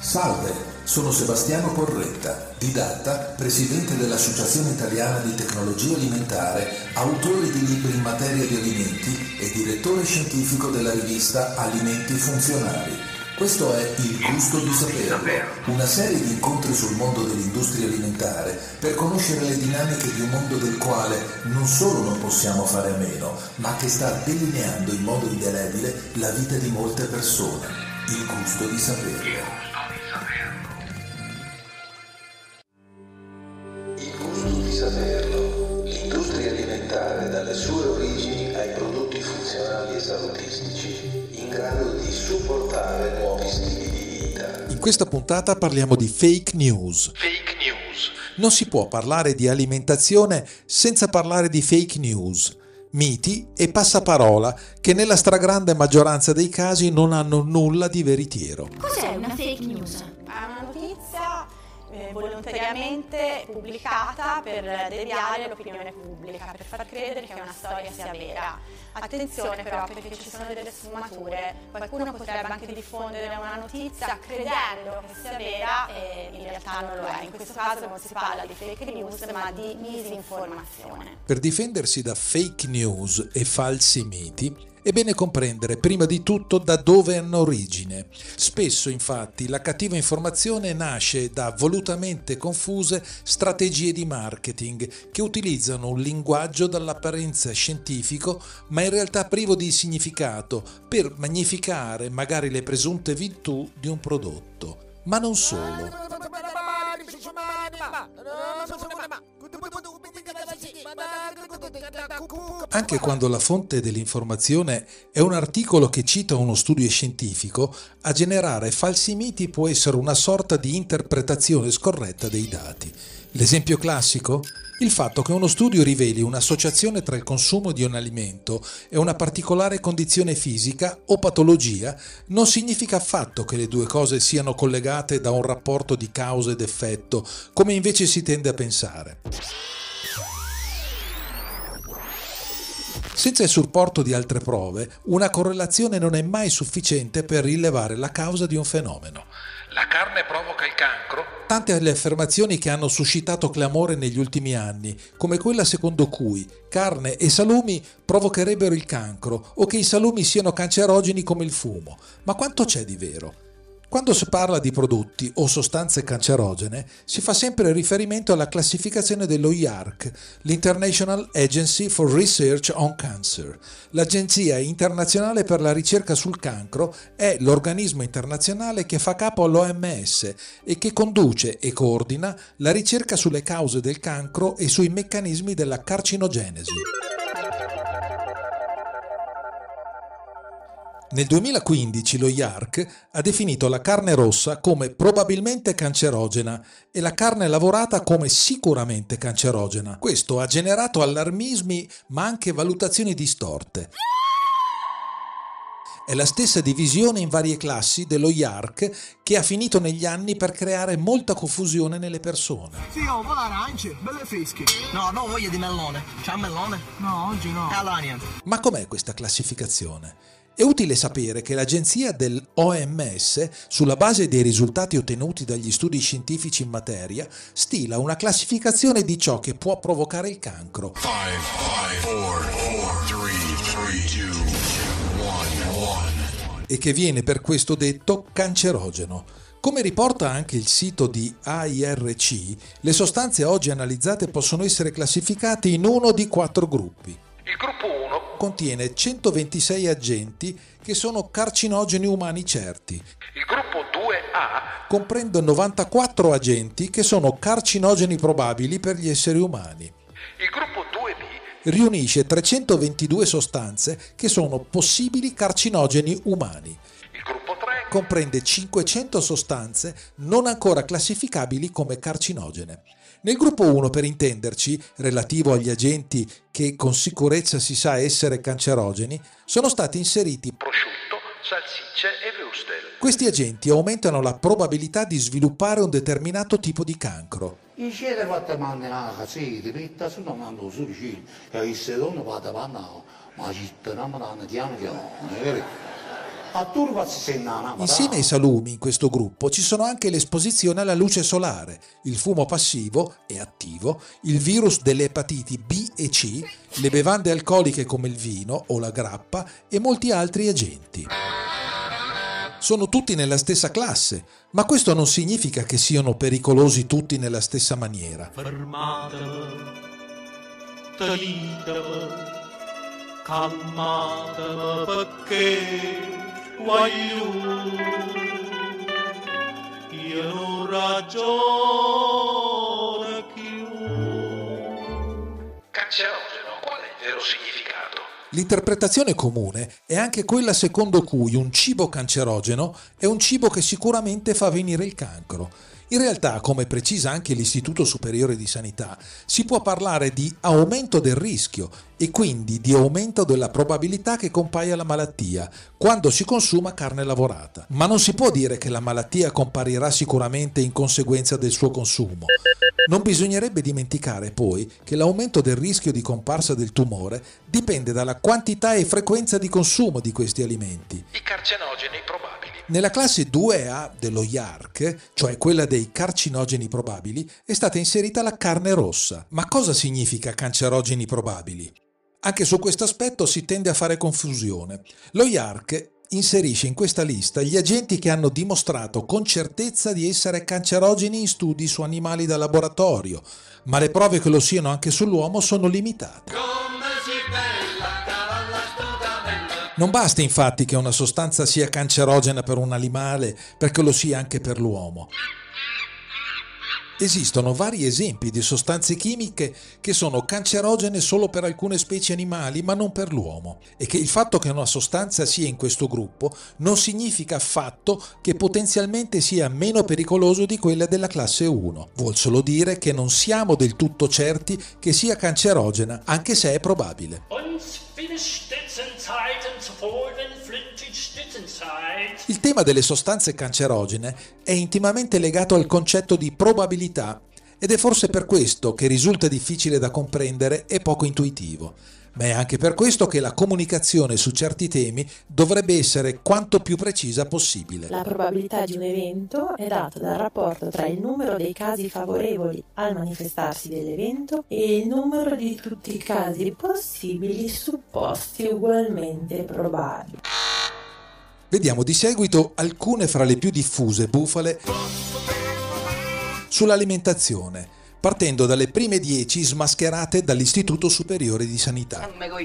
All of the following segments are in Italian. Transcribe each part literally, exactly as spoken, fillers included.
Salve, sono Sebastiano Porretta, didatta, presidente dell'Associazione Italiana di Tecnologia Alimentare, autore di libri in materia di alimenti e direttore scientifico della rivista Alimenti Funzionali. Questo è Il Gusto di Saperlo, una serie di incontri sul mondo dell'industria alimentare per conoscere le dinamiche di un mondo del quale non solo non possiamo fare a meno, ma che sta delineando in modo indelebile la vita di molte persone. Il Gusto di Saperlo. Il Gusto di Saperlo, l'industria alimentare dalle sue origini ai prodotti funzionali e salutistici, in grado di supportare nuovi stili di vita. In questa puntata parliamo di fake news. Fake news. Non si può parlare di alimentazione senza parlare di fake news, miti e passaparola che nella stragrande maggioranza dei casi non hanno nulla di veritiero. Cos'è una fake news? È una notizia eh, volontariamente pubblicata per deviare l'opinione pubblica, per far credere che una storia sia vera. Attenzione però, perché ci sono delle sfumature. Qualcuno potrebbe anche diffondere una notizia credendo che sia vera e in realtà non lo è. In questo caso non si parla di fake news ma di misinformazione. Per difendersi da fake news e falsi miti è bene comprendere prima di tutto da dove hanno origine. Spesso infatti la cattiva informazione nasce da volutamente confuse strategie di marketing che utilizzano un linguaggio dall'apparenza scientifico ma in realtà privo di significato per magnificare magari le presunte virtù di un prodotto. Ma non solo. Anche quando la fonte dell'informazione è un articolo che cita uno studio scientifico, a generare falsi miti può essere una sorta di interpretazione scorretta dei dati. L'esempio classico? Il fatto che uno studio riveli un'associazione tra il consumo di un alimento e una particolare condizione fisica o patologia non significa affatto che le due cose siano collegate da un rapporto di causa ed effetto, come invece si tende a pensare. Senza il supporto di altre prove, una correlazione non è mai sufficiente per rilevare la causa di un fenomeno. La carne provoca il cancro? Tante le affermazioni che hanno suscitato clamore negli ultimi anni, come quella secondo cui carne e salumi provocherebbero il cancro o che i salumi siano cancerogeni come il fumo. Ma quanto c'è di vero? Quando si parla di prodotti o sostanze cancerogene, si fa sempre riferimento alla classificazione dello I A R C, l'International Agency for Research on Cancer. L'Agenzia internazionale per la ricerca sul cancro è l'organismo internazionale che fa capo all'O M S e che conduce e coordina la ricerca sulle cause del cancro e sui meccanismi della carcinogenesi. Nel duemilaquindici lo I A R C ha definito la carne rossa come probabilmente cancerogena e la carne lavorata come sicuramente cancerogena. Questo ha generato allarmismi ma anche valutazioni distorte. È la stessa divisione in varie classi dello I A R C che ha finito negli anni per creare molta confusione nelle persone. Sì, ho oh, arance, belle fresche. No, non voglio di melone. C'ha melone? No, oggi no. Allora niente. Ma com'è questa classificazione? È utile sapere che l'agenzia dell'O M S, sulla base dei risultati ottenuti dagli studi scientifici in materia, stila una classificazione di ciò che può provocare il cancro. five, five, four, four, three, three, two, one, one. E che viene per questo detto cancerogeno. Come riporta anche il sito di A I R C, le sostanze oggi analizzate possono essere classificate in uno di quattro gruppi. Il gruppo uno contiene centoventisei agenti che sono carcinogeni umani certi. Il gruppo due A comprende novantaquattro agenti che sono carcinogeni probabili per gli esseri umani. Il gruppo due B riunisce trecentoventidue sostanze che sono possibili carcinogeni umani. Il gruppo tre comprende cinquecento sostanze non ancora classificabili come carcinogene. Nel gruppo uno, per intenderci, relativo agli agenti che con sicurezza si sa essere cancerogeni, sono stati inseriti prosciutto, salsicce e würstel. Questi agenti aumentano la probabilità di sviluppare un determinato tipo di cancro. I cieli fatte mangiare sì, di pitta sono mandando su vicino, e se non fate panna, ma ci teniamo tanto piano piano, è vero? A turba si sennana. Insieme ai salumi in questo gruppo ci sono anche l'esposizione alla luce solare, il fumo passivo e attivo, il virus delle epatiti B e C, le bevande alcoliche come il vino o la grappa e molti altri agenti. Sono tutti nella stessa classe, ma questo non significa che siano pericolosi tutti nella stessa maniera. Fermatevi, tenitevi, calmatevi perché voglio, io non ragiono più. Cancerogeno, qual è il vero significato? L'interpretazione comune è anche quella secondo cui un cibo cancerogeno è un cibo che sicuramente fa venire il cancro. In realtà, come precisa anche l'Istituto Superiore di Sanità, si può parlare di aumento del rischio e quindi di aumento della probabilità che compaia la malattia quando si consuma carne lavorata. Ma non si può dire che la malattia comparirà sicuramente in conseguenza del suo consumo. Non bisognerebbe dimenticare poi che l'aumento del rischio di comparsa del tumore dipende dalla quantità e frequenza di consumo di questi alimenti. I carcinogeni probabili. Nella classe due A dello I A R C, cioè quella dei carcinogeni probabili, è stata inserita la carne rossa. Ma cosa significa cancerogeni probabili? Anche su questo aspetto si tende a fare confusione. Lo I A R C inserisce in questa lista gli agenti che hanno dimostrato con certezza di essere cancerogeni in studi su animali da laboratorio, ma le prove che lo siano anche sull'uomo sono limitate. Non basta infatti che una sostanza sia cancerogena per un animale perché lo sia anche per l'uomo. Esistono vari esempi di sostanze chimiche che sono cancerogene solo per alcune specie animali ma non per l'uomo, e che il fatto che una sostanza sia in questo gruppo non significa affatto che potenzialmente sia meno pericoloso di quella della classe uno. Vuol solo dire che non siamo del tutto certi che sia cancerogena, anche se è probabile. Il tema delle sostanze cancerogene è intimamente legato al concetto di probabilità ed è forse per questo che risulta difficile da comprendere e poco intuitivo. Ma è anche per questo che la comunicazione su certi temi dovrebbe essere quanto più precisa possibile. La probabilità di un evento è data dal rapporto tra il numero dei casi favorevoli al manifestarsi dell'evento e il numero di tutti i casi possibili supposti ugualmente probabili. Vediamo di seguito alcune fra le più diffuse bufale sull'alimentazione, partendo dalle prime dieci smascherate dall'Istituto Superiore di Sanità.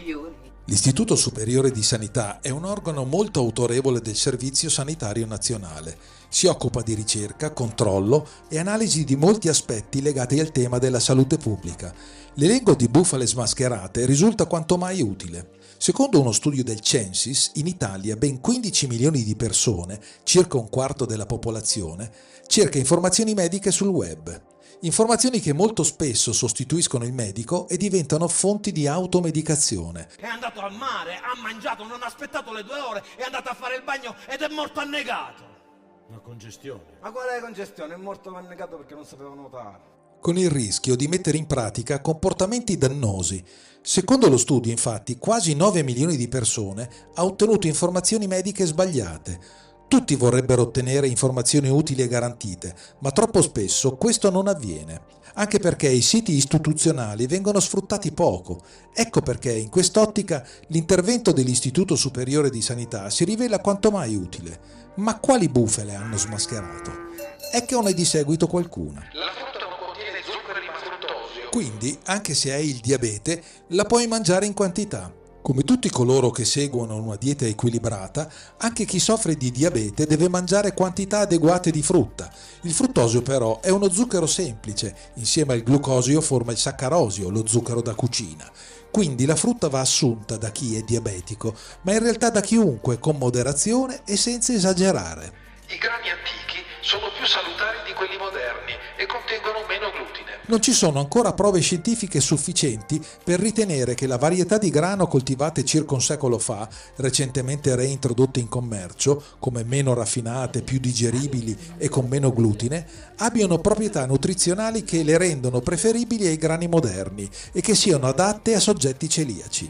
L'Istituto Superiore di Sanità è un organo molto autorevole del Servizio Sanitario Nazionale. Si occupa di ricerca, controllo e analisi di molti aspetti legati al tema della salute pubblica. L'elenco di bufale smascherate risulta quanto mai utile. Secondo uno studio del Censis, in Italia ben quindici milioni di persone, circa un quarto della popolazione, cerca informazioni mediche sul web. Informazioni che molto spesso sostituiscono il medico e diventano fonti di automedicazione. È andato al mare, ha mangiato, non ha aspettato le due ore, è andato a fare il bagno ed è morto annegato. Una congestione. Ma qual è la congestione? È morto annegato perché non sapeva nuotare. Con il rischio di mettere in pratica comportamenti dannosi. Secondo lo studio, infatti, quasi nove milioni di persone ha ottenuto informazioni mediche sbagliate. Tutti vorrebbero ottenere informazioni utili e garantite, ma troppo spesso questo non avviene, anche perché i siti istituzionali vengono sfruttati poco. Ecco perché in quest'ottica l'intervento dell'Istituto Superiore di Sanità si rivela quanto mai utile. Ma quali bufale hanno smascherato? Eccone di seguito qualcuna. La frutta non contiene zuccheri ma fruttosio. Quindi, anche se hai il diabete, la puoi mangiare in quantità. Come tutti coloro che seguono una dieta equilibrata, anche chi soffre di diabete deve mangiare quantità adeguate di frutta. Il fruttosio però è uno zucchero semplice, insieme al glucosio forma il saccarosio, lo zucchero da cucina. Quindi la frutta va assunta da chi è diabetico, ma in realtà da chiunque, con moderazione e senza esagerare. I grani antichi sono più salutari di quelli moderni e contengono meno glutine. Non ci sono ancora prove scientifiche sufficienti per ritenere che la varietà di grano coltivate circa un secolo fa, recentemente reintrodotte in commercio, come meno raffinate, più digeribili e con meno glutine, abbiano proprietà nutrizionali che le rendono preferibili ai grani moderni e che siano adatte a soggetti celiaci.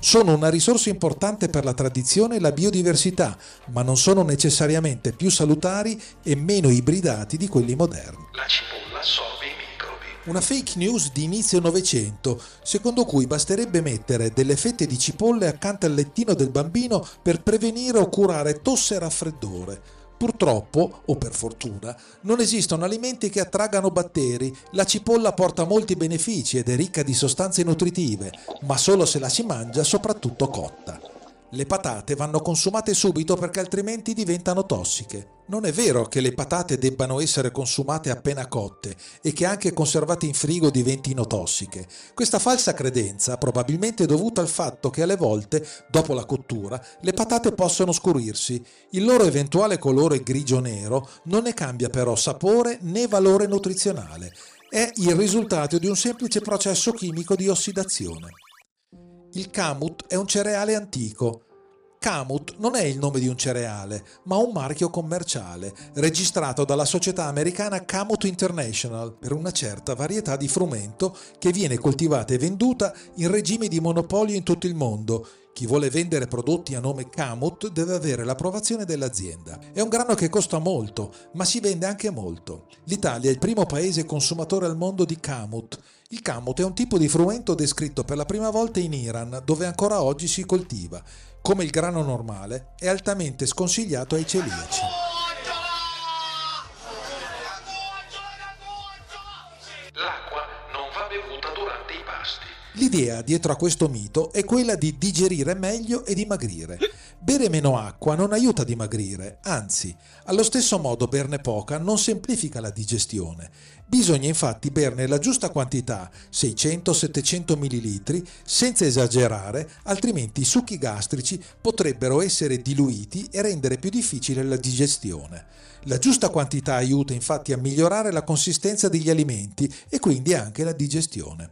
Sono una risorsa importante per la tradizione e la biodiversità, ma non sono necessariamente più salutari e meno ibridati di quelli moderni. La cipolla assorbe i microbi. Una fake news di inizio Novecento, secondo cui basterebbe mettere delle fette di cipolle accanto al lettino del bambino per prevenire o curare tosse e raffreddore. Purtroppo, o per fortuna, non esistono alimenti che attraggano batteri. La cipolla porta molti benefici ed è ricca di sostanze nutritive, ma solo se la si mangia, soprattutto cotta. Le patate vanno consumate subito perché altrimenti diventano tossiche. Non è vero che le patate debbano essere consumate appena cotte e che anche conservate in frigo diventino tossiche. Questa falsa credenza probabilmente è dovuta al fatto che alle volte, dopo la cottura, le patate possono scurirsi. Il loro eventuale colore grigio-nero non ne cambia però sapore né valore nutrizionale. È il risultato di un semplice processo chimico di ossidazione. Il kamut è un cereale antico. Kamut non è il nome di un cereale, ma un marchio commerciale, registrato dalla società americana Kamut International per una certa varietà di frumento che viene coltivata e venduta in regime di monopolio in tutto il mondo. Chi vuole vendere prodotti a nome Kamut deve avere l'approvazione dell'azienda. È un grano che costa molto, ma si vende anche molto. L'Italia è il primo paese consumatore al mondo di Kamut. Il kamut è un tipo di frumento descritto per la prima volta in Iran, dove ancora oggi si coltiva. Come il grano normale, è altamente sconsigliato ai celiaci. L'acqua non va bevuta durante i pasti. L'idea dietro a questo mito è quella di digerire meglio e dimagrire. Bere meno acqua non aiuta a dimagrire, anzi, allo stesso modo berne poca non semplifica la digestione. Bisogna infatti berne la giusta quantità, seicento settecento millilitri, senza esagerare, altrimenti i succhi gastrici potrebbero essere diluiti e rendere più difficile la digestione. La giusta quantità aiuta infatti a migliorare la consistenza degli alimenti e quindi anche la digestione.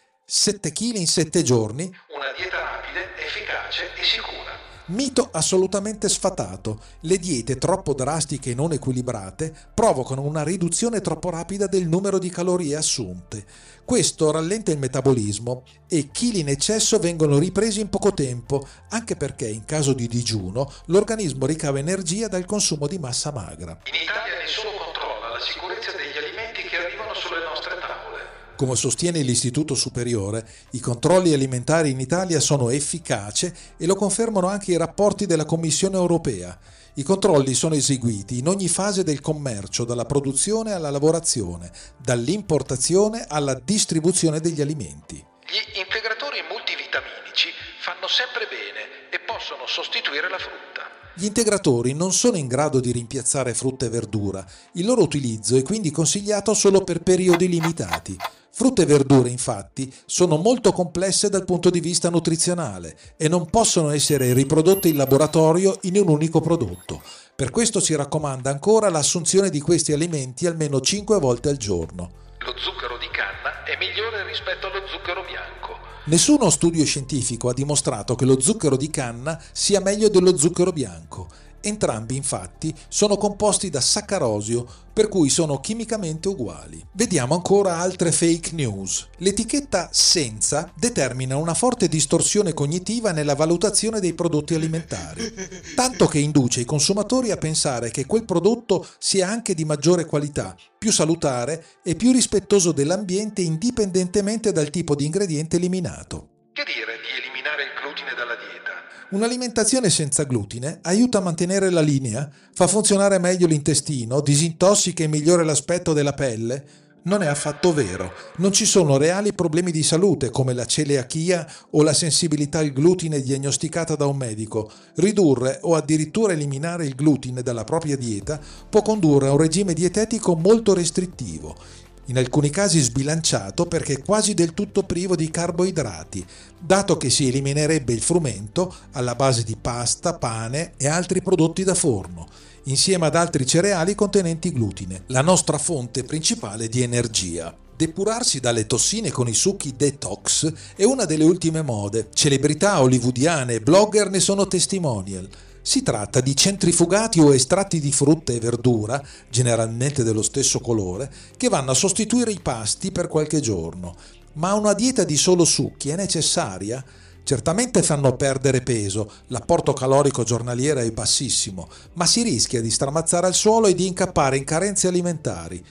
sette chili in sette giorni? Una dieta rapida, efficace e sicura. Mito assolutamente sfatato. Le diete troppo drastiche e non equilibrate provocano una riduzione troppo rapida del numero di calorie assunte. Questo rallenta il metabolismo e chili in eccesso vengono ripresi in poco tempo, anche perché in caso di digiuno l'organismo ricava energia dal consumo di massa magra. In Italia nessuno controlla la sicurezza degli alimenti che arrivano sulle nostre tavole. Come sostiene l'Istituto Superiore, i controlli alimentari in Italia sono efficaci e lo confermano anche i rapporti della Commissione europea. I controlli sono eseguiti in ogni fase del commercio, dalla produzione alla lavorazione, dall'importazione alla distribuzione degli alimenti. Gli integratori multivitaminici fanno sempre bene e possono sostituire la frutta. Gli integratori non sono in grado di rimpiazzare frutta e verdura. Il loro utilizzo è quindi consigliato solo per periodi limitati. Frutta e verdure, infatti, sono molto complesse dal punto di vista nutrizionale e non possono essere riprodotte in laboratorio in un unico prodotto. Per questo si raccomanda ancora l'assunzione di questi alimenti almeno cinque volte al giorno. Lo zucchero di canna è migliore rispetto allo zucchero bianco. Nessuno studio scientifico ha dimostrato che lo zucchero di canna sia meglio dello zucchero bianco. Entrambi, infatti, sono composti da saccarosio, per cui sono chimicamente uguali. Vediamo ancora altre fake news. L'etichetta senza determina una forte distorsione cognitiva nella valutazione dei prodotti alimentari, tanto che induce i consumatori a pensare che quel prodotto sia anche di maggiore qualità, più salutare e più rispettoso dell'ambiente indipendentemente dal tipo di ingrediente eliminato. Che dire di eliminare il glutine dalla dieta? Un'alimentazione senza glutine aiuta a mantenere la linea, fa funzionare meglio l'intestino, disintossica e migliora l'aspetto della pelle? Non è affatto vero. Non ci sono reali problemi di salute come la celiachia o la sensibilità al glutine diagnosticata da un medico. Ridurre o addirittura eliminare il glutine dalla propria dieta può condurre a un regime dietetico molto restrittivo, in alcuni casi sbilanciato perché quasi del tutto privo di carboidrati, dato che si eliminerebbe il frumento alla base di pasta, pane e altri prodotti da forno, insieme ad altri cereali contenenti glutine, la nostra fonte principale di energia. Depurarsi dalle tossine con i succhi detox è una delle ultime mode. Celebrità hollywoodiane e blogger ne sono testimonial. Si tratta di centrifugati o estratti di frutta e verdura, generalmente dello stesso colore, che vanno a sostituire i pasti per qualche giorno. Ma una dieta di solo succhi è necessaria? Certamente fanno perdere peso, l'apporto calorico giornaliero è bassissimo, ma si rischia di stramazzare al suolo e di incappare in carenze alimentari.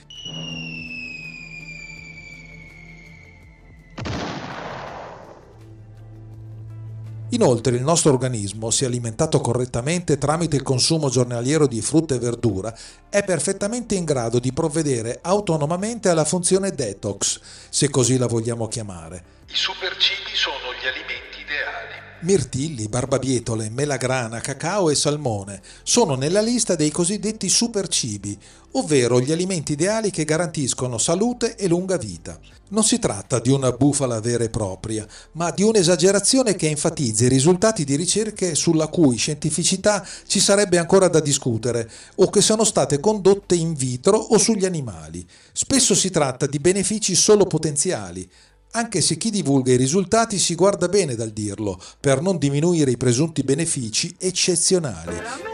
Inoltre il nostro organismo, se alimentato correttamente tramite il consumo giornaliero di frutta e verdura, è perfettamente in grado di provvedere autonomamente alla funzione detox, se così la vogliamo chiamare. I supercibi sono gli alimenti ideali. Mirtilli, barbabietole, melagrana, cacao e salmone sono nella lista dei cosiddetti supercibi, ovvero gli alimenti ideali che garantiscono salute e lunga vita. Non si tratta di una bufala vera e propria, ma di un'esagerazione che enfatizza i risultati di ricerche sulla cui scientificità ci sarebbe ancora da discutere o che sono state condotte in vitro o sugli animali. Spesso si tratta di benefici solo potenziali, anche se chi divulga i risultati si guarda bene dal dirlo, per non diminuire i presunti benefici eccezionali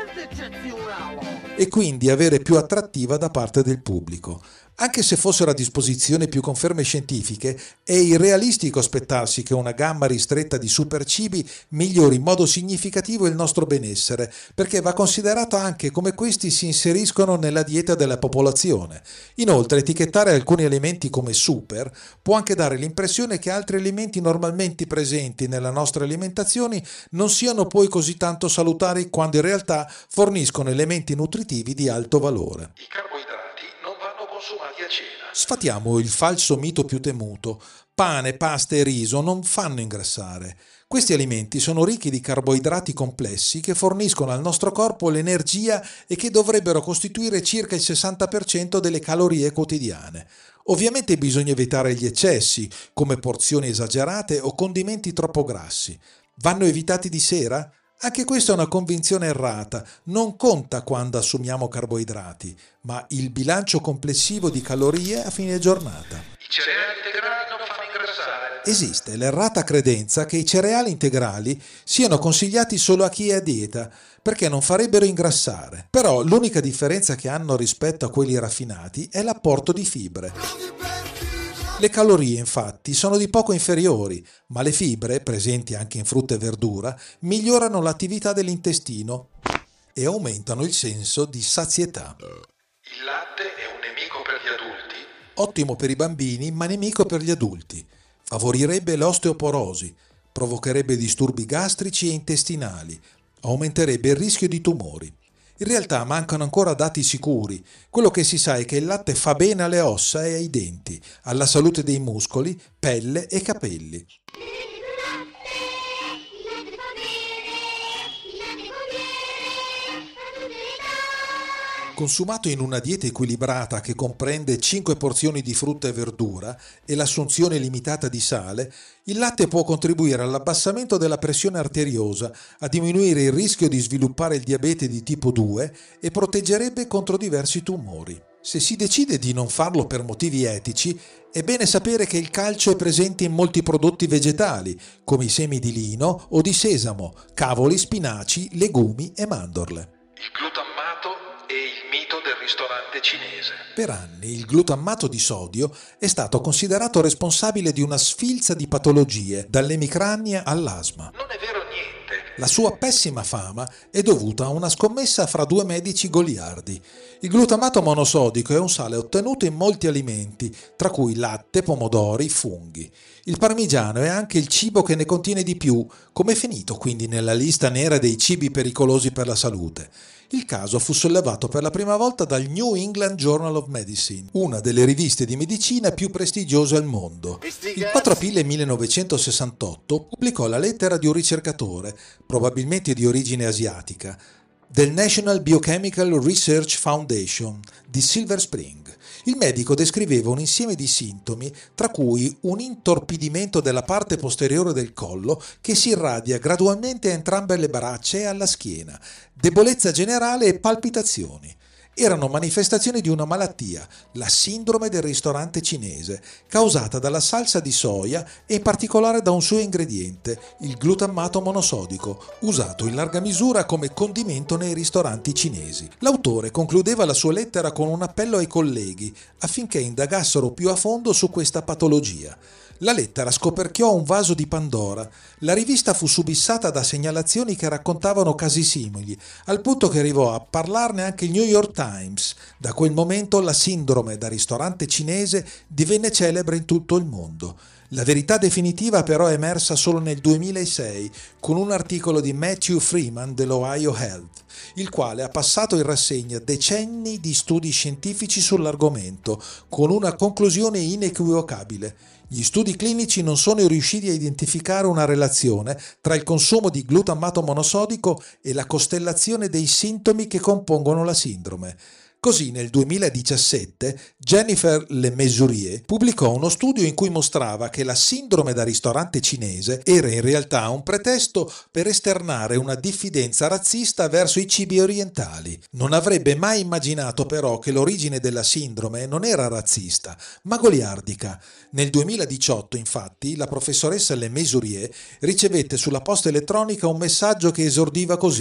e quindi avere più attrattiva da parte del pubblico. Anche se fossero a disposizione più conferme scientifiche, è irrealistico aspettarsi che una gamma ristretta di supercibi migliori in modo significativo il nostro benessere, perché va considerato anche come questi si inseriscono nella dieta della popolazione. Inoltre, etichettare alcuni alimenti come super può anche dare l'impressione che altri alimenti normalmente presenti nella nostra alimentazione non siano poi così tanto salutari, quando in realtà forniscono elementi nutritivi di alto valore. I carboidrati non vanno consumati a cena. Sfatiamo il falso mito più temuto. Pane, pasta e riso non fanno ingrassare. Questi alimenti sono ricchi di carboidrati complessi che forniscono al nostro corpo l'energia e che dovrebbero costituire circa il sessanta per cento delle calorie quotidiane. Ovviamente bisogna evitare gli eccessi, come porzioni esagerate o condimenti troppo grassi. Vanno evitati di sera? Anche questa è una convinzione errata. Non conta quando assumiamo carboidrati, ma il bilancio complessivo di calorie a fine giornata. I cereali integrali non fanno ingrassare. Esiste l'errata credenza che i cereali integrali siano consigliati solo a chi è a dieta, perché non farebbero ingrassare. Però l'unica differenza che hanno rispetto a quelli raffinati è l'apporto di fibre. Le calorie, infatti, sono di poco inferiori, ma le fibre, presenti anche in frutta e verdura, migliorano l'attività dell'intestino e aumentano il senso di sazietà. Il latte è un nemico per gli adulti? Ottimo per i bambini, ma nemico per gli adulti. Favorirebbe l'osteoporosi, provocherebbe disturbi gastrici e intestinali, aumenterebbe il rischio di tumori. In realtà mancano ancora dati sicuri. Quello che si sa è che il latte fa bene alle ossa e ai denti, alla salute dei muscoli, pelle e capelli. Consumato in una dieta equilibrata che comprende cinque porzioni di frutta e verdura e l'assunzione limitata di sale, il latte può contribuire all'abbassamento della pressione arteriosa, a diminuire il rischio di sviluppare il diabete di tipo due e proteggerebbe contro diversi tumori. Se si decide di non farlo per motivi etici, è bene sapere che il calcio è presente in molti prodotti vegetali, come i semi di lino o di sesamo, cavoli, spinaci, legumi e mandorle. Il glutammato e il mito del ristorante cinese. Per anni il glutammato di sodio è stato considerato responsabile di una sfilza di patologie, dall'emicrania all'asma. Non è vero niente. La sua pessima fama è dovuta a una scommessa fra due medici goliardi. Il glutamato monosodico è un sale ottenuto in molti alimenti, tra cui latte, pomodori, funghi. Il parmigiano è anche il cibo che ne contiene di più. Com'è finito quindi nella lista nera dei cibi pericolosi per la salute? Il caso fu sollevato per la prima volta dal New England Journal of Medicine, una delle riviste di medicina più prestigiose al mondo. Il quattro aprile millenovecentosessantotto pubblicò la lettera di un ricercatore, probabilmente di origine asiatica, del National Biochemical Research Foundation di Silver Spring. Il medico descriveva un insieme di sintomi, tra cui un intorpidimento della parte posteriore del collo che si irradia gradualmente a entrambe le braccia e alla schiena, debolezza generale e palpitazioni. Erano manifestazioni di una malattia, la sindrome del ristorante cinese, causata dalla salsa di soia e in particolare da un suo ingrediente, il glutammato monosodico, usato in larga misura come condimento nei ristoranti cinesi. L'autore concludeva la sua lettera con un appello ai colleghi affinché indagassero più a fondo su questa patologia. La lettera scoperchiò un vaso di Pandora. La rivista fu subissata da segnalazioni che raccontavano casi simili, al punto che arrivò a parlarne anche il New York Times. Da quel momento la sindrome da ristorante cinese divenne celebre in tutto il mondo. La verità definitiva però è emersa solo nel duemilasei con un articolo di Matthew Freeman dell'Ohio Health, il quale ha passato in rassegna decenni di studi scientifici sull'argomento, con una conclusione inequivocabile. Gli studi clinici non sono riusciti a identificare una relazione tra il consumo di glutamato monosodico e la costellazione dei sintomi che compongono la sindrome. Così nel duemiladiciassette Jennifer Le Mesurier pubblicò uno studio in cui mostrava che la sindrome da ristorante cinese era in realtà un pretesto per esternare una diffidenza razzista verso i cibi orientali. Non avrebbe mai immaginato però che l'origine della sindrome non era razzista, ma goliardica. Nel duemiladiciotto, infatti, la professoressa Le Mesurier ricevette sulla posta elettronica un messaggio che esordiva così: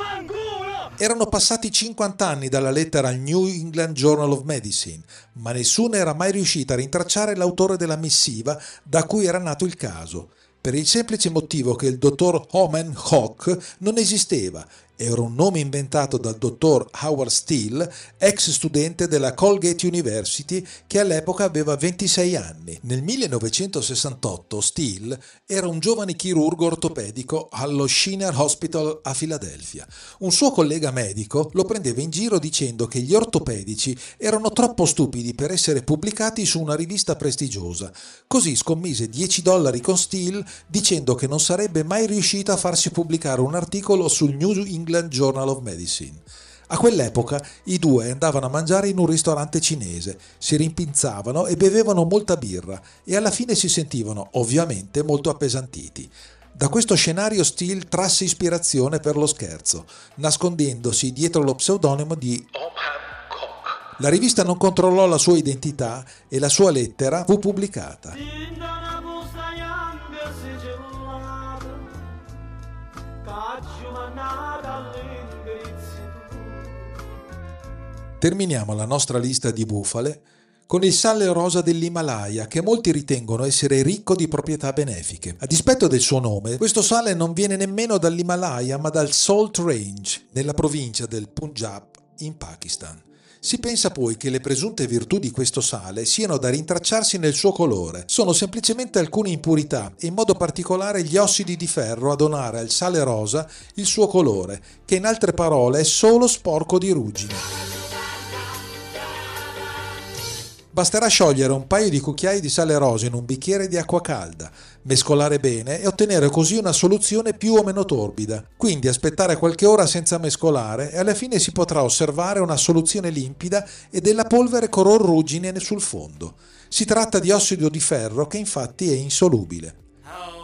erano passati cinquanta anni dalla lettera al New England Journal of Medicine, ma nessuno era mai riuscito a rintracciare l'autore della missiva da cui era nato il caso, per il semplice motivo che il dottor Homan Hock non esisteva. Era un nome inventato dal dottor Howard Steele, ex studente della Colgate University, che all'epoca aveva ventisei anni. Nel millenovecentosessantotto Steele era un giovane chirurgo ortopedico allo Shiner Hospital a Filadelfia. Un suo collega medico lo prendeva in giro dicendo che gli ortopedici erano troppo stupidi per essere pubblicati su una rivista prestigiosa. Così scommise dieci dollari con Steele dicendo che non sarebbe mai riuscito a farsi pubblicare un articolo sul New England Journal of Medicine. A quell'epoca i due andavano a mangiare in un ristorante cinese, si rimpinzavano e bevevano molta birra e alla fine si sentivano ovviamente molto appesantiti. Da questo scenario Steele trasse ispirazione per lo scherzo, nascondendosi dietro lo pseudonimo di Homan. La rivista non controllò la sua identità e la sua lettera fu pubblicata. Terminiamo la nostra lista di bufale con il sale rosa dell'Himalaya, che molti ritengono essere ricco di proprietà benefiche. A dispetto del suo nome, questo sale non viene nemmeno dall'Himalaya ma dal Salt Range, nella provincia del Punjab in Pakistan. Si pensa poi che le presunte virtù di questo sale siano da rintracciarsi nel suo colore. Sono semplicemente alcune impurità, e in modo particolare gli ossidi di ferro, a donare al sale rosa il suo colore, che in altre parole è solo sporco di ruggine. Basterà sciogliere un paio di cucchiai di sale rosa in un bicchiere di acqua calda, mescolare bene e ottenere così una soluzione più o meno torbida. Quindi aspettare qualche ora senza mescolare e alla fine si potrà osservare una soluzione limpida e della polvere color ruggine sul fondo. Si tratta di ossido di ferro che infatti è insolubile.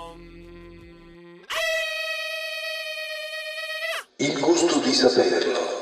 Il gusto di saperlo.